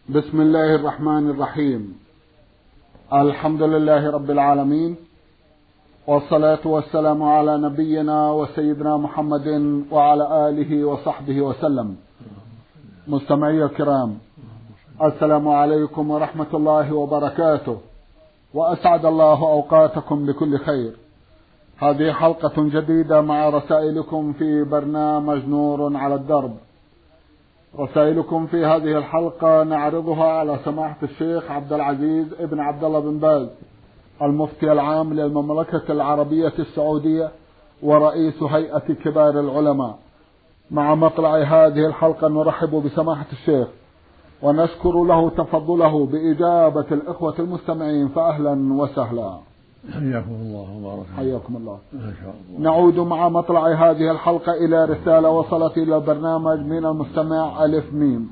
بسم الله الرحمن الرحيم. الحمد لله رب العالمين، والصلاة والسلام على نبينا وسيدنا محمد وعلى آله وصحبه وسلم. مستمعي الكرام، السلام عليكم ورحمة الله وبركاته، وأسعد الله أوقاتكم بكل خير. هذه حلقة جديدة مع رسائلكم في برنامج نور على الدرب. رسائلكم في هذه الحلقة نعرضها على سماحة الشيخ عبد العزيز ابن عبد الله بن باز، المفتي العام للمملكة العربية السعودية ورئيس هيئة كبار العلماء. مع مطلع هذه الحلقة نرحب بسماحة الشيخ ونشكر له تفضله بإجابة الإخوة المستمعين، فأهلا وسهلا. حياكم الله وبارك حياكم الله. ما شاء الله. نعود مع مطلع هذه الحلقة إلى رسالة وصلت إلى البرنامج من المستمع ألف ميم،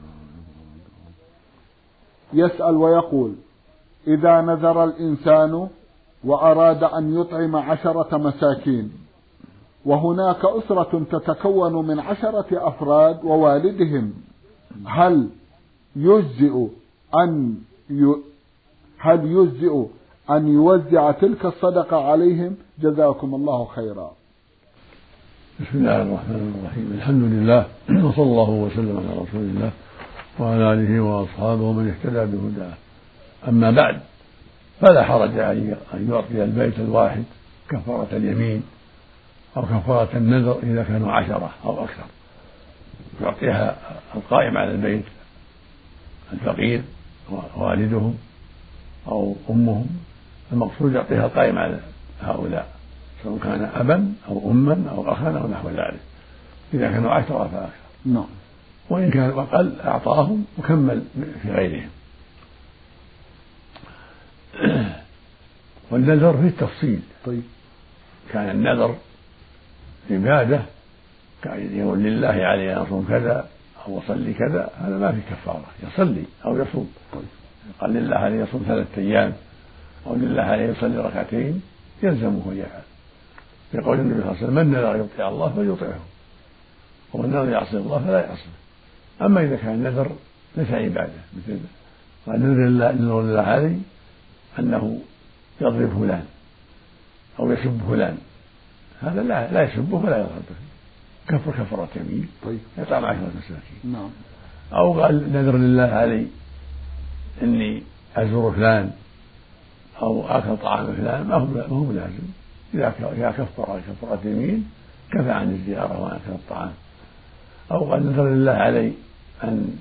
يسأل ويقول: إذا نذر الإنسان وأراد أن يطعم 10 مساكين، وهناك أسرة تتكون من 10 أفراد ووالدهم، هل يجزئ أن يوزع تلك الصدقة عليهم؟ جزاكم الله خيرا. بسم الله الرحمن الرحيم. الحمد لله، وصلى الله وسلم على رسول الله وعلى آله وأصحابه ومن اهتدى بهداه. أما بعد، فلا حرج أن يعطي البيت الواحد كفارة اليمين أو كفارة النذر إذا كانوا 10 أو أكثر، يعطيها القائم على البيت، الفقير ووالدهم أو أمهم. المقصود يعطيها القائم على هؤلاء، سواء كان أبا أو أما أو أخا أو نحو ذلك، إذا كانوا 10 فأكثر. نعم. وإن كانوا أقل أعطاهم وكمل في غيرهم. والنذر فيه التفصيل. طيب. كان النذر عبادة، كان يقول لله علي أن أصوم كذا أو أصلي كذا، هذا ما في كفارة، يصلي أو يصوم. طيب. قال لله علي يصوم 3 أيام أو لله علي يصلي 2 ركعتين، يلزمه يفعل. يقول النبي صلى الله عليه وسلم: من نذر يطيع الله فليطيعه، ومن نذر يعصي الله فلا يعصيه. أما إذا كان النذر ليس عبادة، مثل قال نذر لله علي أنه يضرب فلان أو يسب فلان، هذا لا يسبه ولا يضرب فيه، كفارة يمين. طيب. يطعم 10 مساكين. نعم. أو قال نذر لله علي إني أزور فلان أو آكل طعام فلان، ما هو لازم. إذا كفر كفارة يمين كفى عن الزيارة وعن أكل الطعام. أو قال نذر لله علي أن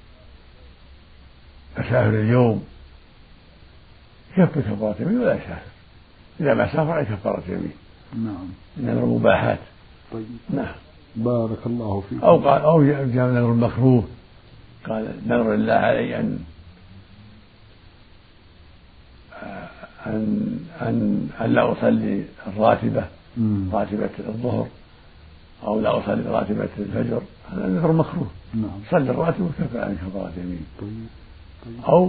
أسافر اليوم، يكفي كفارة يمين ولا يسافر. إذا ما سافر كفارة يمين. نعم. نذر مباحات. طيب. نعم. بارك الله فيك. أو جاء نذر المكروه، قال نذر لله علي أن لا أصلي الراتبة، راتبة الظهر، أو لا أصلي راتبة الفجر، هذا نذر مكروه. نعم. صلي الراتبة كفى عن كفارة يمين. طيب. أو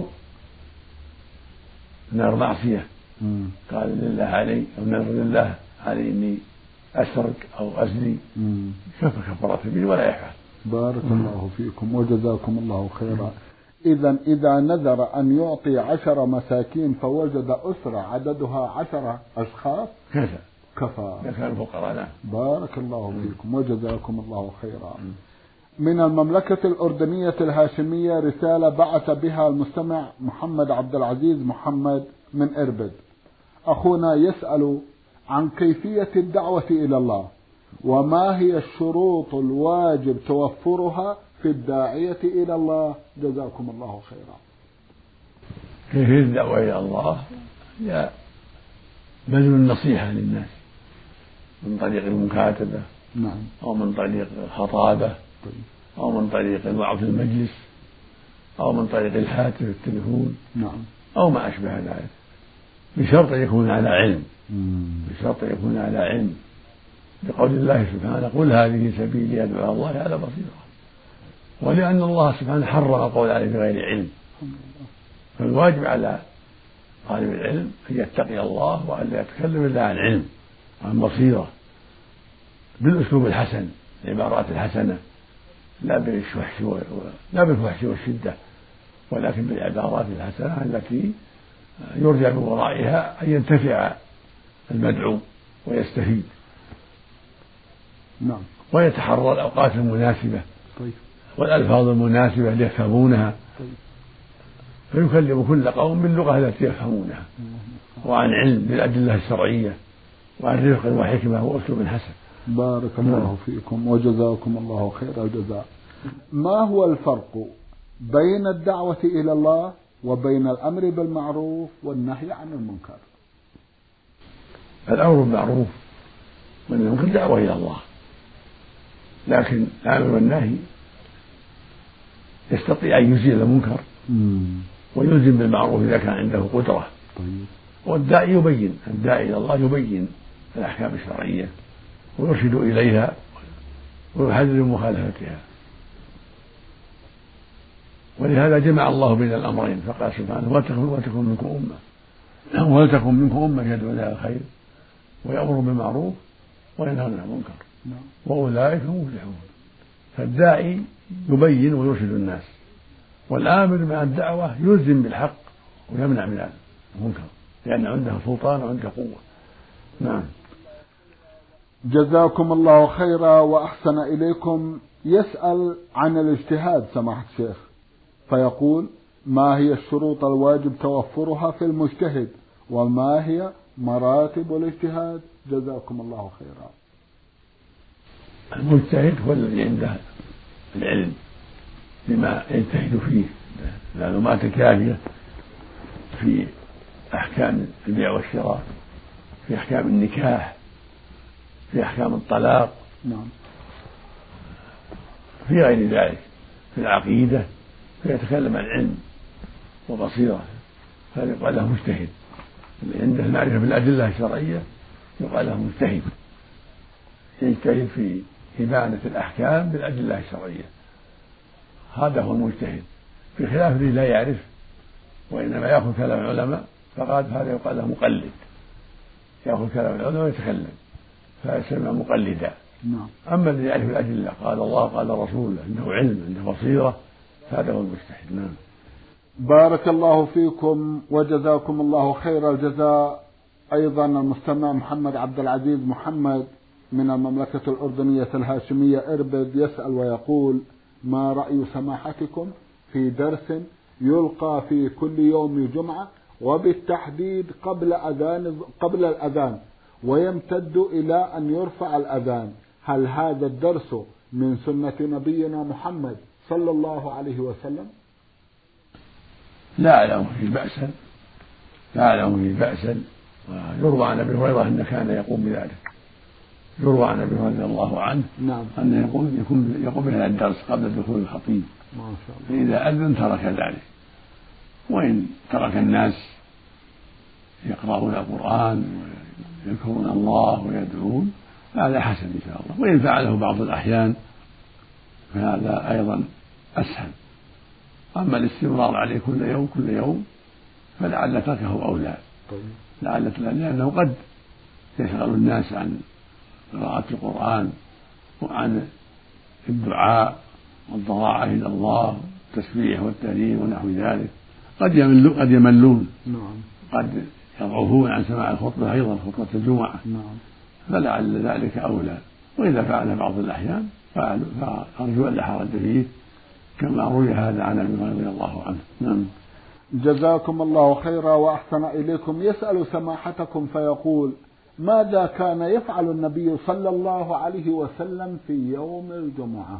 نذر معصية، قال لله علي أو نذر لله علي إني أسرق أو أزني، كفى كفارة يمين ولا يفعل. بارك الله فيكم وجزاكم الله خيرا. إذا نذر أن يعطي 10 مساكين فوجد أسرة عددها 10 أشخاص كفى. كانوا فقراء. نعم. بارك الله فيكم وجزاكم الله خيرا. من المملكة الأردنية الهاشمية رسالة بعث بها المستمع محمد عبد العزيز محمد من إربد. أخونا يسأل عن كيفية الدعوة إلى الله، وما هي الشروط الواجب توفرها في الداعية إلى الله؟ جزاكم الله خيرا. كيفية الدعوة إلى الله هي بذل النصيحة للناس من طريق المكاتبة. نعم. أو من طريق الخطابة. طيب. أو من طريق الوعظ في المجلس، أو من طريق الهاتف التليفون. نعم. أو ما أشبه ذلك، بشرط أن يكون على علم. بشرط أن يكون على علم، بقول الله سبحانه: قل هذه سبيلي أدعو الله على بصيرة. ولأن الله سبحانه حرم القول عليه بغير علم، فالواجب على طالب العلم أن يتقي الله وأن لا يتكلم إلا عن علم وعن بصيرة، بالأسلوب الحسن، العبارات الحسنة، لا بالفحش والشدة ولكن بالعبارات الحسنة التي يرجى من ورائها أن ينتفع المدعو ويستفيد. نعم. ويتحرى الأوقات المناسبة والألفاظ المناسبة ليفهمونها، فيكلم كل قوم باللغة التي يفهمونها وعن علم بالأدلة الشرعية وعن رفق وحكمة وأسلوب حسن. بارك الله فيكم وجزاكم الله خير الجزاء. ما هو الفرق بين الدعوة إلى الله وبين الأمر بالمعروف والنهي عن المنكر؟ الأمر بالمعروف والنهي دعوة إلى الله، لكن الأمر والنهي يستطيع أن يزيل المنكر ويلزم بالمعروف إذا كان عنده قدرة. والداعي يبين، الداعي إلى الله يبين الأحكام الشرعية ويرشد إليها ويحذر من مخالفتها. ولهذا جمع الله بين الأمرين فقال سبحانه ولتكن منكم أمة يدعون إلى الخير ويأمر بالمعروف وينهون عن المنكر وأولئك هم المفلحون. فالداعي يبين ويرشد الناس، والآمر مع الدعوة يلزم بالحق ويمنع من المنكر لأن عنده سلطان وعنده قوة. نعم. جزاكم الله خيرا وأحسن إليكم. يسأل عن الاجتهاد سماحة الشيخ، فيقول: ما هي الشروط الواجب توفرها في المجتهد وما هي مراتب الاجتهاد؟ جزاكم الله خيرا. المجتهد هو الذي عنده العلم بما يجتهد فيه، المعلومات الكافية في أحكام البيع والشراء، في أحكام النكاح، في أحكام الطلاق، في غير ذلك، في العقيدة، فيتكلم عن علم وبصيرة، فيقال له مجتهد. اللي عنده المعرفة بالأدلة الشرعية يقال له مجتهد، يجتهد في إبانة الأحكام بالأدلة الشرعية، هذا هو المجتهد. في خلاف الذي لا يعرف وإنما يأخذ كلام العلماء فقال هذا يقال له مقلد، يأخذ كلام العلماء ويتكلم فيسمى مقلدا. أما الذي يعرف الأدلة قال الله قال رسوله، عنده علم عنده بصيرة، هذا هو المجتهد. نعم. بارك الله فيكم وجزاكم الله خير الجزاء. أيضا المستمع محمد عبد العزيز محمد من المملكة الأردنية الهاشمية إربد يسأل ويقول: ما رأي سماحتكم في درس يلقى في كل يوم جمعة وبالتحديد قبل الأذان ويمتد إلى أن يرفع الأذان؟ هل هذا الدرس من سنة نبينا محمد صلى الله عليه وسلم؟ لا أعلم فيه بأسا، ويروى عن أبي هريرة أنه كان يقوم بذلك، يروى عن أبي هريرة رضي الله عنه أنه يقوم بهذا الدرس قبل دخول الخطيب، ما شاء الله. فإذا أذن ترك ذلك، وإن ترك الناس يقرؤون القرآن ويذكرون الله ويدعون فهذا حسن إن شاء الله، وإن فعله بعض الأحيان فهذا أيضا أسهل. أما الاستمرار عليه كل يوم فلعل تركه أولى، لأنه قد يشغل الناس عن قراءة القرآن وعن الدعاء والضراعة إلى الله والتسبيح والتهليل ونحو ذلك، قد يملون، قد يضعفون عن سماع الخطبة، أيضا خطبة الجمعة، فلعل ذلك أولى. وإذا فعل بعض الأحيان فأرجو أن لا حرج فيه، كما روي هذا عن أبي هريرة رضي الله عنه. نعم. جزاكم الله خيرا وأحسن إليكم. يسأل سماحتكم فيقول: ماذا كان يفعل النبي صلى الله عليه وسلم في يوم الجمعة؟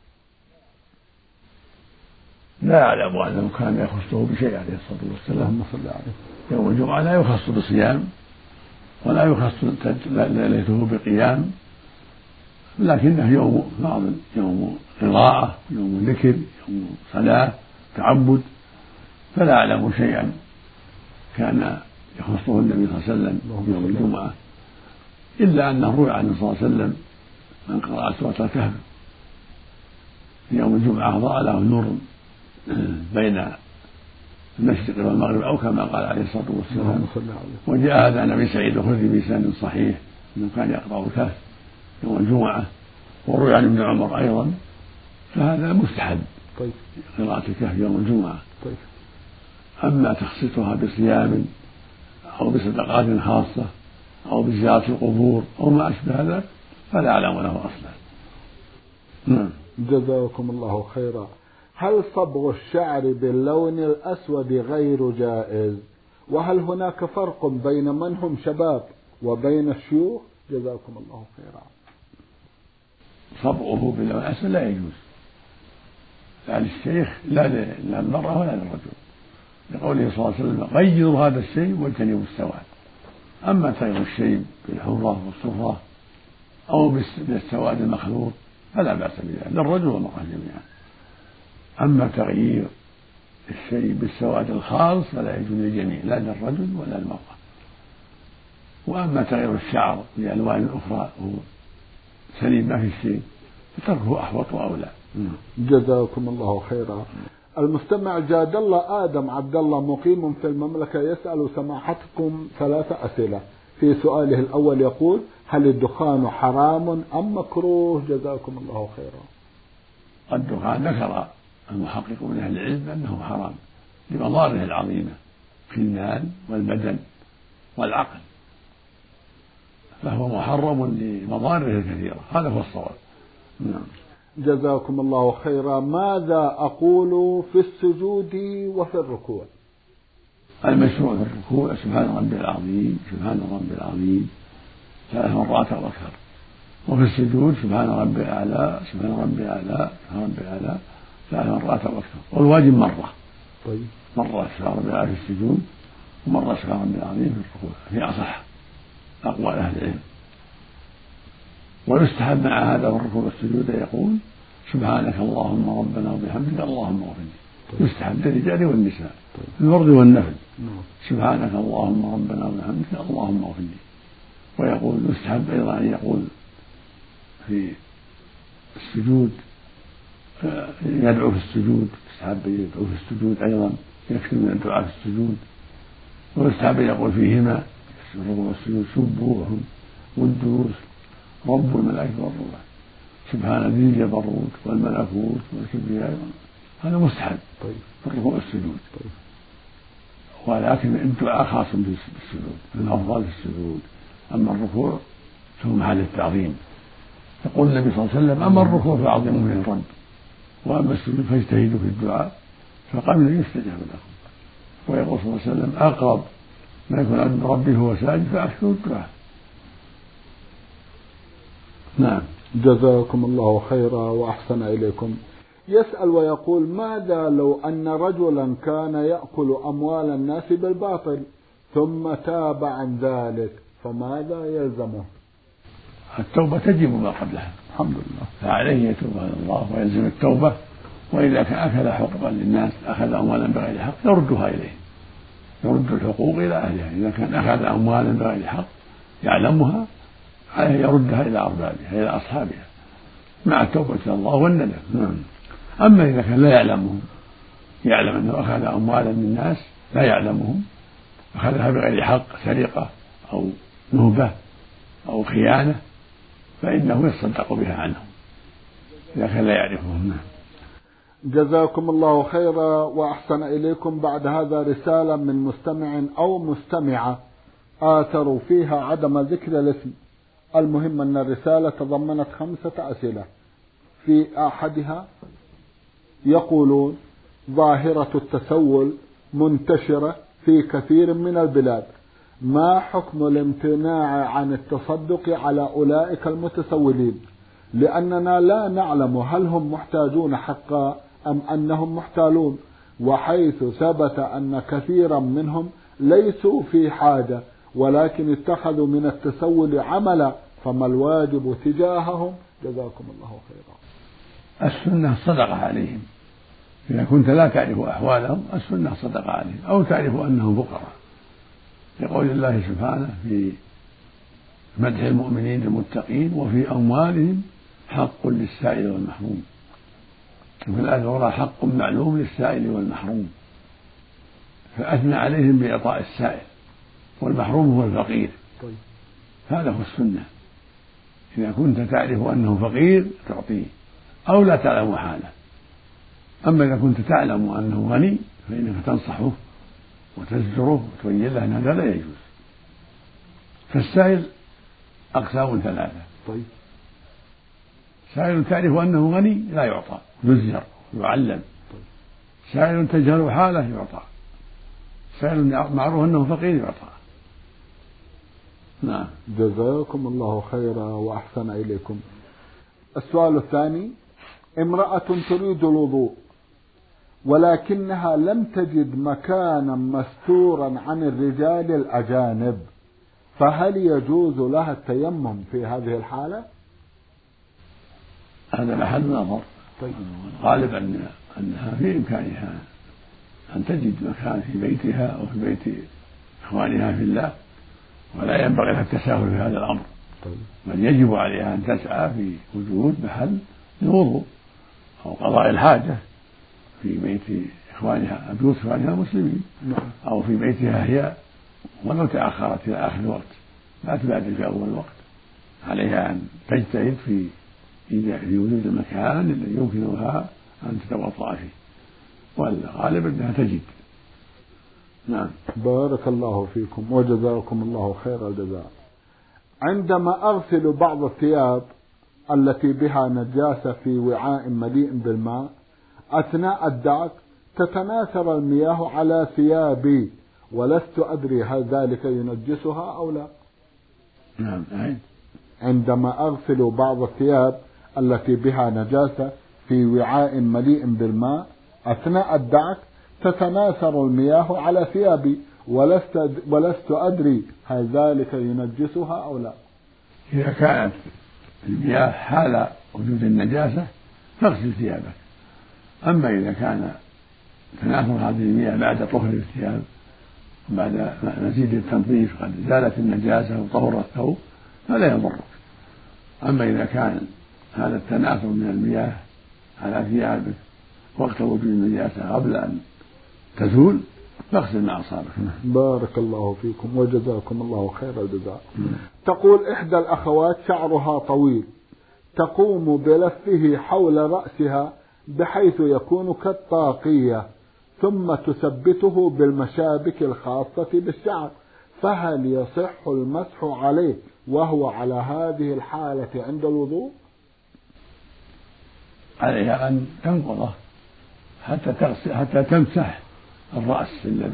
لا أعلم أنه كان يخصه بشيء عليه الصلاة والسلام. يوم الجمعة لا يخص بصيام ولا يخص ليلته بقيام، لكنه يوم فاضل، يوم قراءة، يوم ذكر، يوم صلاة، تعبد، فلا أعلم شيئا كان يخصه النبي صلى الله عليه وسلم يوم الجمعة، إلا أنه روى عنه صلى الله عليه وسلم من قرأ سورة الكهف في يوم الجمعة ضاء له نور بين المشرق والمغرب، أو كما قال عليه الصلاة والسلام. وجاء هذا عن أبي سعيد الخدري بلسان صحيح أنه كان يقرأ الكهف يوم الجمعة. وروي عن ابن عمر أيضا فهذا مستحب. طيب. قراءة الكهف يوم الجمعة. طيب. أما تخصيصها بصيام أو بصدقات خاصة أو بزيارة القبور أو ما أشبه ذلك فلا أعلم له أصلا. نعم. جزاكم الله خيرا. هل صبغ الشعر باللون الأسود غير جائز؟ وهل هناك فرق بين من هم شباب وبين الشيوخ؟ جزاكم الله خيرا. صبغه باللون الأسود لا يجوز، لا للشيخ لا للمرأة ولا للرجل، لقوله صلى الله عليه وسلم غيروا هذا الشيء واجتنبوا السواد. أما تغيير الشيء بالحمرة والصفرة أو بالسواد المخلوط فلا بأس بذلك للرجل والمرأة جميعا. أما تغيير الشيء بالسواد الخالص فلا يجوز للجميع لا للرجل ولا للمرأة. وأما تغيير الشعر بألوان أخرى هو سليم ما في شيء فتركه أحوط وأولى. جزاكم الله خيرا. المستمع جاد الله آدم عبد الله مقيم في المملكة يسأل سماحتكم 3 أسئلة. في سؤاله الأول يقول: هل الدخان حرام أم مكروه؟ جزاكم الله خيرا. الدخان ذكر المحقق من أهل العلم أنه حرام لمضاره العظيمة في المال والبدن والعقل، فهو محرم لمضاره الكثيرة، هذا هو الصواب. نعم. جزاكم الله خيرا. ماذا أقول في السجود وفي الركوع؟ المشروع في الركوع سبحان ربي العظيم سبحان ربي العظيم 3 مرات أو أكثر، وفي السجود سبحان ربي الأعلى سبحان ربي الأعلى سبحان ربي الأعلى 3 مرات أو أكثر، والواجب مرة. طيب. مرة سبحان ربي الأعلى في السجود ومرة سبحان ربي العظيم في الركوع في أصح أقوال أهل العلم. ويستحب مع هذا والركوع والسجود يقول سبحانك اللهم ربنا وبحمدك اللهم اغفر لي. يستحب للرجال والنساء في الفرض والنفل. سبحانك اللهم ربنا وبحمدك اللهم اغفر لي. ويقول يستحب أيضا أن يقول في السجود يدعو في السجود، يستحب يدعو في السجود أيضا، يكثر من الدعاء في السجود. ويستحب أن يقول فيهما في الركوع والسجود سبوح قدوس رب الملائكة والروح سبحان ذي الجبروت والملكوت والكبرياء، هذا مستحب في الركوع والسجود. ولكن الدعاء خاص بالسجود، الأفضل في السجود. أما الركوع فهو محل التعظيم، يقول النبي صلى الله عليه وسلم أما الركوع فأعظموا فيه الرب، وأما السجود فاجتهدوا في الدعاء فقبل يستجاب لكم. ويقول صلى الله عليه وسلم أقرب ما يكون عند ربه هو ساجد فأكثروا الدعاء. نعم. جزاكم الله خيرا وأحسن إليكم. يسأل ويقول: ماذا لو أن رجلا كان يأكل أموال الناس بالباطل ثم تاب عن ذلك فماذا يلزمه؟ التوبة تجب ما قبلها الحمد لله، فعليه يتوب إلى الله ويلزم التوبة. وإذا كان أكل حقوقا للناس أخذ أموالا بغير حق يردها إليه، يرد الحقوق إلى أهلها. إذا كان أخذ أموالا بغير حق يعلمها عليه يردها إلى أربابها إلى أصحابها مع التوبة إلى الله والندم. نعم. أما إذا كان لا يعلمهم، يعلم أنه أخذ أموالا من الناس لا يعلمهم، أخذها بغير حق سرقة أو نهبة أو خيانة، فإنه يتصدق بها عنهم إذا كان لا يعرفهم. جزاكم الله خيرا وأحسن إليكم. بعد هذا رسالة من مستمع أو مستمعة آثروا فيها عدم ذكر الاسم. المهم أن الرسالة تضمنت 5 أسئلة. في أحدها يقولون: ظاهرة التسول منتشرة في كثير من البلاد، ما حكم الامتناع عن التصدق على أولئك المتسولين؟ لأننا لا نعلم هل هم محتاجون حقا أم أنهم محتالون، وحيث ثبت أن كثيرا منهم ليسوا في حاجة ولكن اتخذوا من التسول عملا، فما الواجب تجاههم؟ جزاكم الله خيرا. السنة صدقة عليهم، إذا كنت لا تعرف أحوالهم السنة صدقة عليهم، أو تعرف أنهم فقراء، لقول الله سبحانه في مدح المؤمنين المتقين: وفي أموالهم حق للسائل والمحروم. وفي الآية الأخرى: حق معلوم للسائل والمحروم، فأثنى عليهم بإعطاء السائل، والمحروم هو الفقير. هذا هو السنة، إذا كنت تعرف أنه فقير تعطيه، أو لا تعلم حاله. أما إذا كنت تعلم أنه غني فإنك تنصحه وتزجره وتبين له أن هذا لا يجوز. فالسائل أقسام ثلاثة. طيب. سائل تعرف أنه غني لا يعطى، يزجر يعلم. سائل تجهل حاله يعطى. سائل معروف أنه فقير يعطى. نعم. جزاكم الله خيرا وأحسن إليكم. السؤال الثاني: امرأة تريد الوضوء ولكنها لم تجد مكانا مستورا عن الرجال الأجانب، فهل يجوز لها التيمم في هذه الحالة؟ هذا محل نظر. طيب. غالب أنها في إمكانها أن تجد مكان في بيتها أو في بيت إخوانها في الله، ولا ينبغي لها التساهل في هذا الأمر. طيب. بل يجب عليها أن تسعى في وجود محل للوضوء أو قضاء الحاجة في بيت إخوانها، بيوت إخوانها المسلمين، أو في بيتها هي، ولو تأخرت إلى آخر الوقت لا تبادر في أول الوقت. عليها أن تجتهد في وجود المكان الذي يمكنها أن تتوضأ فيه، والغالب أنها تجد. نعم. بارك الله فيكم وجزاكم الله خير الجزاء. عندما أغسل بعض الثياب التي بها نجاسة في وعاء مليء بالماء، أثناء الدعك تتناثر المياه على ثيابي ولست أدري هل ذلك ينجسها أو لا. نعم. عندما أغسل بعض الثياب التي بها نجاسة في وعاء مليء بالماء، أثناء الدعك تتناثر المياه على ثيابي ولست أدري هل ذلك ينجسها أو لا. إذا كانت المياه حال وجود النجاسة فاغسل ثيابك. أما إذا كان تناثر هذه المياه بعد طهر الثياب بعد مزيد التنظيف قد زالت النجاسة وطهر الثوب فلا يضرك. أما إذا كان هذا التناثر من المياه على ثيابك وقت وجود النجاسة قبل أن تزول فاغسل ما أصابك. بارك الله فيكم وجزاكم الله خير الجزاء. تقول إحدى الأخوات شعرها طويل، تقوم بلفه حول رأسها بحيث يكون كالطاقية، ثم تثبته بالمشابك الخاصة بالشعر، فهل يصح المسح عليه وهو على هذه الحالة عند الوضوء؟ عليها أن تنقضه حتى تمسح الرأس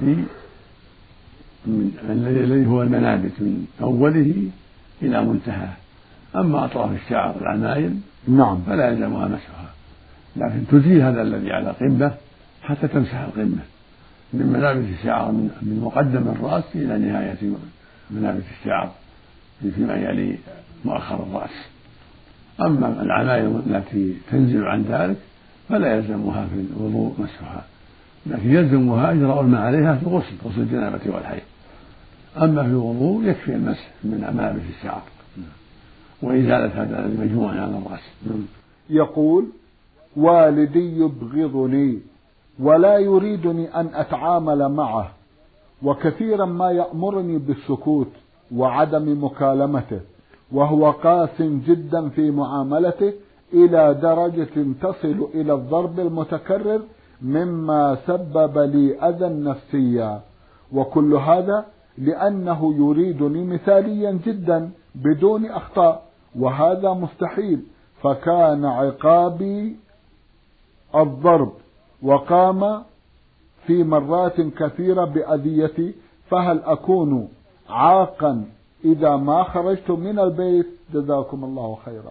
الذي هو المنابت من أوله إلى منتهاه. أما أطراف الشعر العمايل نعم فلا يلزمها مسحها، لكن تزيل هذا الذي على قمة حتى تمسح القمة من منابت الشعر من مقدم الرأس إلى نهاية منابت الشعر فيما يلي مؤخر الرأس. أما العمايل التي تنزل عن ذلك فلا يلزمها في الوضوء مسحها، لكن يلزمها إجراء ما عليها في الغسل، غسل الجنابة والحيض. أما في الوضوء يكفي المسح من منابت الشعر وإزالة هذا المجموع على الرأس. يقول: والدي يبغضني ولا يريدني أن أتعامل معه، وكثيرا ما يأمرني بالسكوت وعدم مكالمته، وهو قاس جدا في معاملته إلى درجة تصل إلى الضرب المتكرر مما سبب لي أذى نفسيا، وكل هذا لأنه يريدني مثاليا جدا بدون أخطاء، وهذا مستحيل، فكان عقابي الضرب، وقام في مرات كثيرة بأذيتي، فهل أكون عاقا إذا ما خرجت من البيت؟ جزاكم الله خيرا.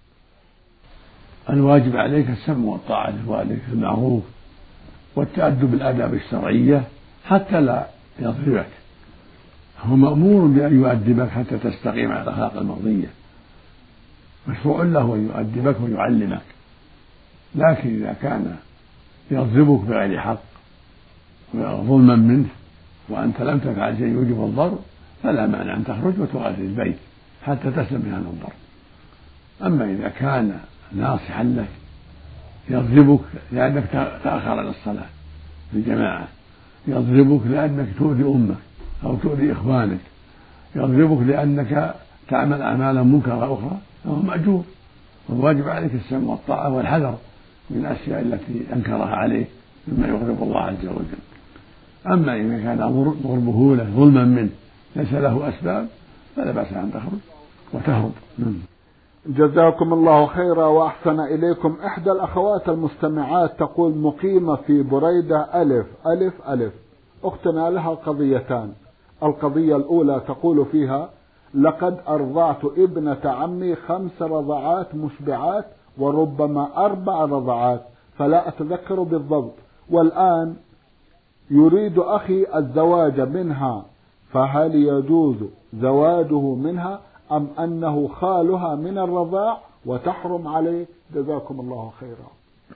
الواجب عليك السمع والطاعة لوالدك المعروف والتأدب بالآداب الشرعية حتى لا يضربك. هو مأمور بأن يؤدبك حتى تستقيم على الأخلاق المرضية، مشروع له أن يؤدبك ويعلمك، لكن إذا كان يضربك بغير حق ظلما منه وأنت لم تفعل شيء يوجب الضرب فلا مانع أن تخرج وتغادر البيت حتى تسلم من هذا الضرب. أما إذا كان ناصحا لك يضربك لأنك تأخر على الصلاة في الجماعة، يضربك لأنك تؤذي أمك أو تؤذي إخوانك، يضربك لأنك تعمل أعمالا منكرة أخرى، فهو مأجور والواجب عليك السمع والطاعة والحذر من الأشياء التي أنكرها عليه مما يغضب الله عز وجل. أما إذا كان غربه له ظلما منه ليس له أسباب فلا بأس أن تخرج وتهرب. جزاكم الله خيرا وأحسن إليكم. إحدى الأخوات المستمعات تقول مقيمة في بريدة ألف ألف ألف. أختنا لها قضيتان. القضية الأولى تقول فيها: لقد أرضعت ابنة عمي 5 رضعات مشبعات وربما 4 رضعات فلا أتذكر بالضبط، والآن يريد أخي الزواج منها، فهل يجوز زواجه منها أم أنه خالها من الرضاع وتحرم عليه؟ جزاكم الله خيرا.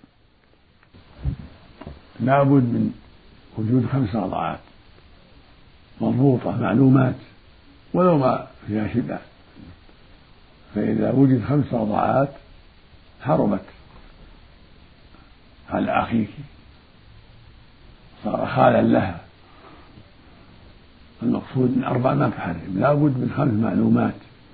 لابد من وجود 5 رضعات مربوطة معلومات ولو ما فيها شبه، فإذا وجد 5 رضعات حرمت على أخيك، صار خالا لها. المقصود من 4 ما تحرم، لابد من 5 معلومات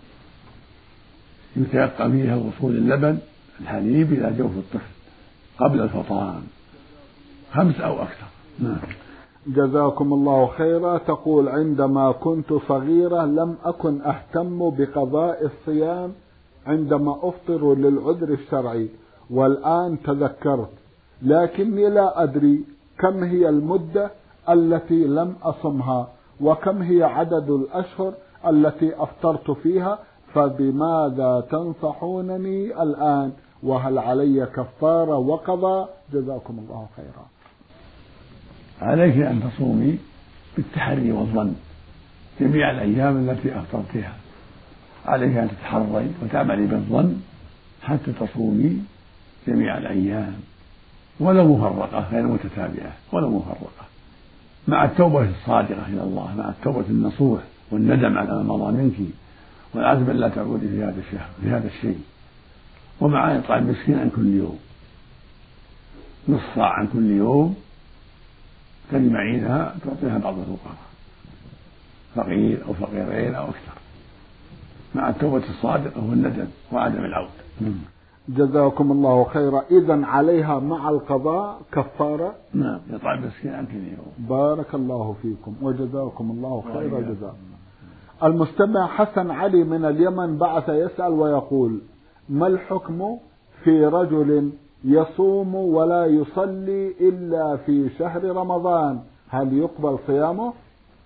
يتيقن فيها وصول اللبن الحليب إلى جوف الطفل قبل الفطام، 5 أو أكثر. جزاكم الله خيرا. تقول: عندما كنت صغيرة لم أكن أهتم بقضاء الصيام عندما أفطر للعذر الشرعي، والآن تذكرت، لكني لا أدري كم هي المدة التي لم أصمها وكم هي عدد الأشهر التي أفطرت فيها، فبماذا تنصحونني الآن؟ وهل علي كفارة وقضاء؟ جزاكم الله خيرا. عليك أن تصومي بالتحري والظن جميع الأيام التي أفطرتها، عليك أن تتحري وتعملي بالظن حتى تصومي جميع الأيام ولو مفرقة غير متتابعة، ولو مفرقة، مع التوبة الصادقة إلى الله، مع التوبة النصوح والندم على ما مضى منك والعزم لا تعودي في هذا الشهر في هذا الشيء، ومع إطعام مسكين عن كل يوم، نصف صاع عن كل يوم تجمعينها تعطيها بعض الفقراء، فقير أو فقيرين أو أكثر، مع التوبة الصادقة والندم وعدم العود. جزاكم الله خيرا. إذن عليها مع القضاء كفارة؟ نعم، إطعام مسكين عن كل يوم. بارك الله فيكم وجزاكم الله خير جزاء. المستمع حسن علي من اليمن بعث يسأل ويقول: ما الحكم في رجل يصوم ولا يصلي إلا في شهر رمضان، هل يقبل صيامه؟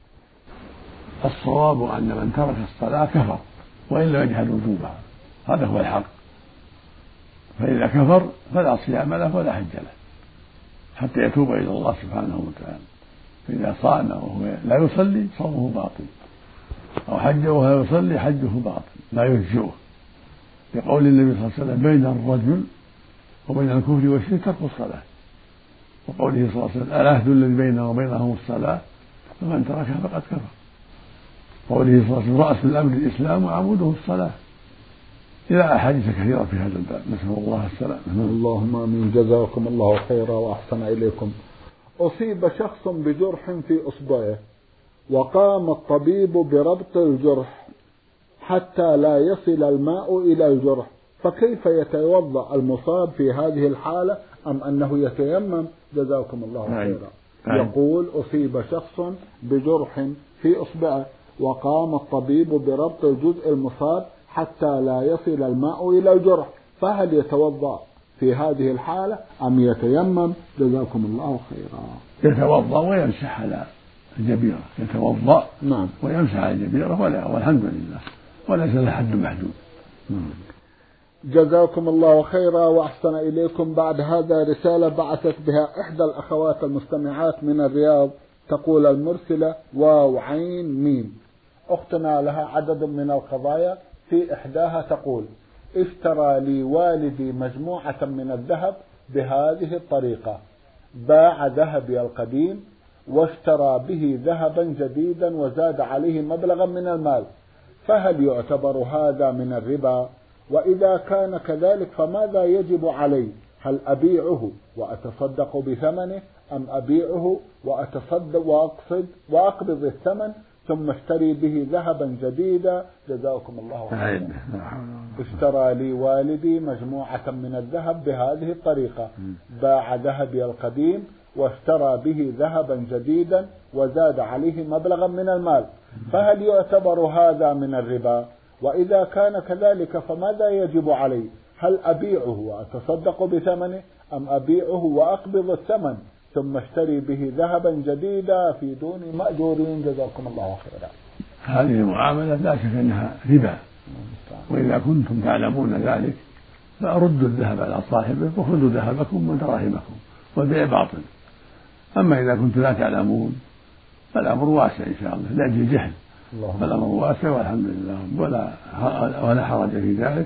الصواب أن من ترك الصلاة كفر وإن لم يجحد وجوبها، هذا هو الحق، فإذا كفر فلا صيام له ولا حج له حتى يتوب إلى الله سبحانه وتعالى. فإذا صام وهو لا يصلي صومه باطل، أو حج وهو يصلي حجه باطل لا يجزئه، لقول النبي صلى الله عليه وسلم: بين الرجل وبين الكفر والشرك ترك الصلاة، وقوله صلى الله عليه وسلم: العهد الذي بيننا وبينهم الصلاة فمن تركها فقد كفر، قوله صلى الله عليه وسلم: رأس الأمر الإسلام وعموده الصلاة، إلى أحاديث كثيرة في هذا الباب، نسأل الله السلامة. اللهم آمين. جزاكم الله خيرا وأحسن إليكم. أصيب شخص بجرح في إصبعه وقام الطبيب بربط الجرح حتى لا يصل الماء إلى الجرح، فكيف يتوضأ المصاب في هذه الحالة أم أنه يتيمم؟ جزاكم الله خيرا. يقول: أصيب شخص بجرح في إصبعه وقام الطبيب بربط الجزء المصاب حتى لا يصل الماء إلى الجرح، فهل يتوضأ في هذه الحالة أم يتيمم؟ جزاكم الله خيرا. يتوضأ ويمسح على الجبيرة، يتوضأ نعم ويمسح على الجبيرة والحمد لله، وليس له حد محدود. جزاكم الله خيرا وأحسن إليكم. بعد هذا رسالة بعثت بها إحدى الأخوات المستمعات من الرياض، تقول المرسلة: واو عين ميم. أختنا لها عدد من القضايا، في إحداها تقول: اشترى لي والدي مجموعة من الذهب بهذه الطريقة: باع ذهبي القديم واشترى به ذهبا جديدا وزاد عليه مبلغا من المال، فهل يعتبر هذا من الربا؟ وإذا كان كذلك فماذا يجب علي؟ هل أبيعه وأتصدق بثمنه أم أبيعه وأتصدق وأقبض الثمن ثم اشتري به ذهبا جديدا جزاكم الله خيرا. اشترى لي والدي مجموعة من الذهب بهذه الطريقة، باع ذهبي القديم واشترى به ذهبا جديدا وزاد عليه مبلغا من المال، فهل يعتبر هذا من الربا؟ وإذا كان كذلك فماذا يجب علي؟ هل أبيعه وأتصدق بثمنه أم أبيعه وأقبض الثمن ثم اشتري به ذهبا جديدا في دون مأجورين؟ جزاكم الله خيرا. هذه المعاملة لا شك أنها ربا، وإذا كنتم تعلمون ذلك فأردوا الذهب على صاحبه وخذوا ذهبكم ودراهمكم والبيع باطل. أما إذا كنتم لا تعلمون فالأمر واسع إن شاء الله لأجل جهل، فالأمر واسع والحمد لله ولا حرج في ذلك،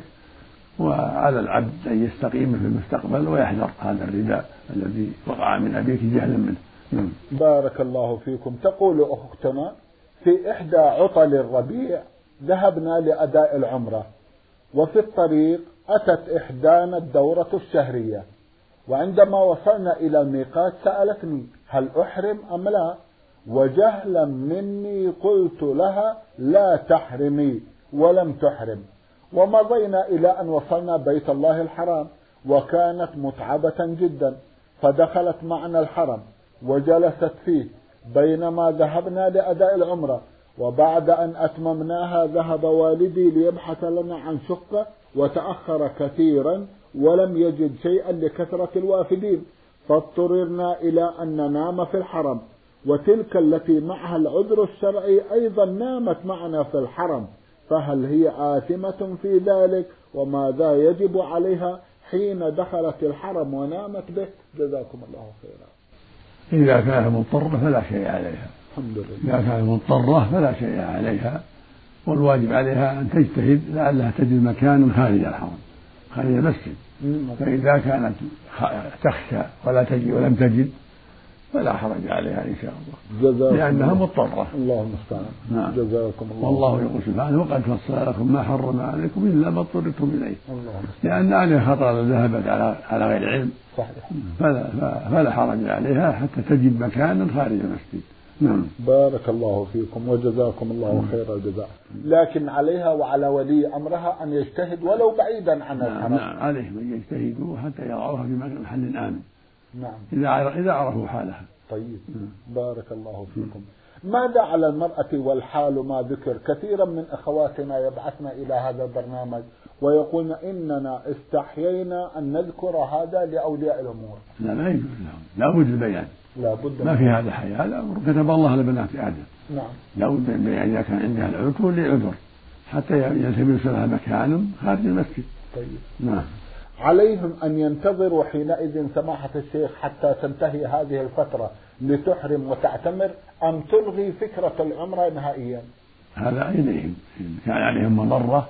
وعلى العبد أن يستقيم في المستقبل ويحذر هذا الربا الذي وقع من أبيك جهلا منه. بارك الله فيكم. تقول أختنا في إحدى عطل الربيع ذهبنا لأداء العمرة، وفي الطريق أتت إحدانا الدورة الشهرية، وعندما وصلنا إلى الميقات سألتني هل أحرم أم لا، وجهلا مني قلت لها لا تحرمي، ولم تحرم. ومضينا إلى أن وصلنا بيت الله الحرام، وكانت متعبة جدا، فدخلت معنا الحرم وجلست فيه بينما ذهبنا لأداء العمرة. وبعد أن أتممناها ذهب والدي ليبحث لنا عن شقة، وتأخر كثيرا ولم يجد شيئا لكثرة الوافدين، فاضطررنا إلى أن ننام في الحرم، وتلك التي معها العذر الشرعي أيضا نامت معنا في الحرم، فهل هي آثمة في ذلك؟ وماذا يجب عليها حين دخلت الحرم ونامت به؟ جزاكم الله خيرا. إذا كانت مضطرة فلا شيء عليها، الحمد لله. إذا كانت مضطرة فلا شيء عليها، والواجب عليها أن تجتهد لعلها تجد مكان خارج الحرم خارج المسجد، فإذا كانت تخشى ولا تجد ولم تجد فلا حرج عليها إن شاء الله، لأنها مضطرة. الله المستعان. جزاكم الله. والله يقول سبحانه وقد فصل لكم ما حرم عليكم إلا ما اضطررتم إليه، لأن عليها خطر ذهبت على غير علم، فلا حرج عليها حتى تجد مكانا خارج المسجد. نعم. بارك الله فيكم وجزاكم الله خير الجزاء. لكن عليها وعلى ولي أمرها أن يجتهد ولو بعيدا عن الحرم. نعم، عليهم أن يجتهدوا حتى يضعوها في محل آمن. نعم. إذا عرفوا حالها. طيب. بارك الله فيكم. ماذا على المرأة والحال ما ذكر؟ كثيرا من أخواتنا يبعثن إلى هذا البرنامج ويقولن إننا استحيينا أن نذكر هذا لأولياء الأمور. لا يجوز لهم، لا بد البيان، ما في هذا حياء، هذا أمر كتب الله لبنات آدم. نعم. لا بد من البيان إذا كان عندها العذر لعذر حتى يلتمس لها مكان خارج المسجد. طيب. نعم. عليهم أن ينتظروا حينئذ سماحة الشيخ حتى تنتهي هذه الفترة لتحرم وتعتمر، أم تلغي فكرة العمرة نهائيا؟ هذا إليهم، إن كان عليهم مضرة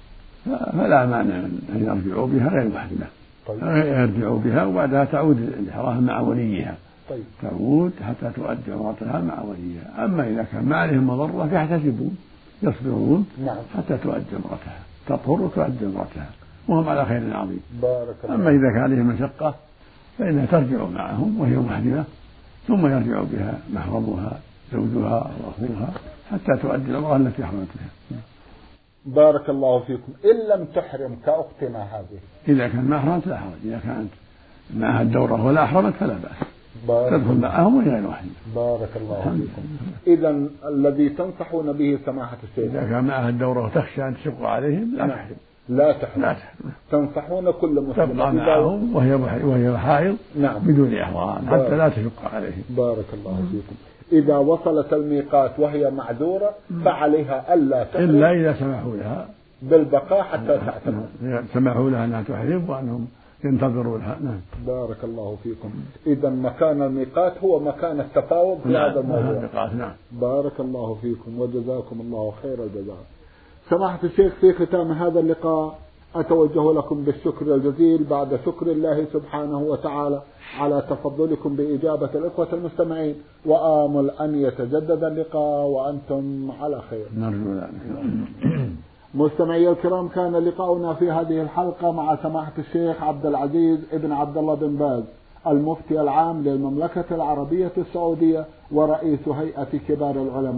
فلا مانع أن يرجعوا بها غير محرمة. طيب. يرجعوا بها وبعدها تعود الإحرام مع وليها. طيب. تعود حتى تؤدي عمرتها مع وليها. أما إذا كان ما عليهم مضرة فيحتسبون يصبرون. نعم. حتى تؤدي عمرتها، تطهر وتؤدي عمرتها وهم على خير عظيم. بارك الله. أما إذا كان عليهم مشقة فإنها ترجع معهم وهي محرمة، ثم يرجع بها محرمها زوجها وأخوها حتى تؤدي العمرة التي أحرمت بها. بارك الله فيكم. إن لم تحرم كأختنا هذه، إذا كان ما أحرمت لا حرج، إذا كانت معها الدورة ولا أحرمت فلا بأس، تدخل معهم وهي غير محرمة. بارك الله فيكم. إذا الذي تنصحون به سماحة الشيخ، إذا كان معها الدورة وتخشى أن تشق عليهم لا تحرم. لا تحرم. تنصحون كل مسلم تبقى معهم وهي حائض. نعم. بدون إحرام حتى لا تشق عليهم. بارك الله فيكم. إذا وصلت الميقات وهي معذورة فعليها ألا تحرم إلا إذا سمحوا لها بالبقاء حتى تعتمر. سمحوا لها أنها تحرم وأنهم ينتظروا لها. نعم. بارك الله فيكم. إذا مكان الميقات هو مكان التفاوض في هذا الموضوع. نعم. بارك الله فيكم وجزاكم الله خير الجزاء. سماحة الشيخ، في ختام هذا اللقاء أتوجه لكم بالشكر الجزيل بعد شكر الله سبحانه وتعالى على تفضلكم بإجابة الإخوة المستمعين، وآمل أن يتجدد اللقاء وأنتم على خير. نرجو ذلك. مستمعي الكرام، كان لقاؤنا في هذه الحلقة مع سماحة الشيخ عبد العزيز ابن عبد الله بن باز، المفتي العام للمملكة العربية السعودية ورئيس هيئة كبار العلماء.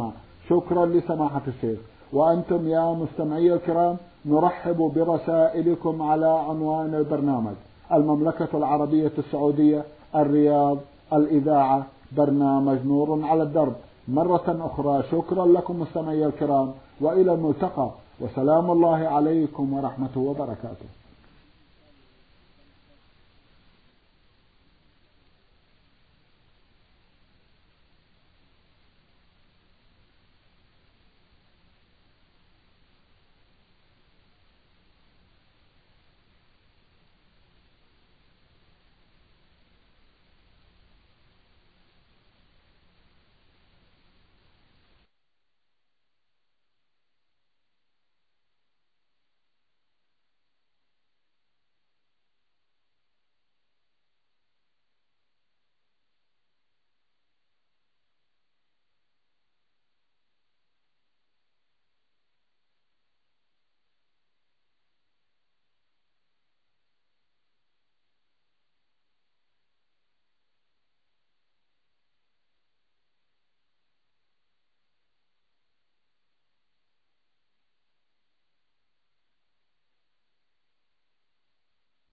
شكرا لسماحة الشيخ. وأنتم يا مستمعي الكرام نرحب برسائلكم على عنوان البرنامج: المملكة العربية السعودية، الرياض، الإذاعة، برنامج نور على الدرب. مرة أخرى شكرا لكم مستمعي الكرام، وإلى الملتقى، وسلام الله عليكم ورحمته وبركاته.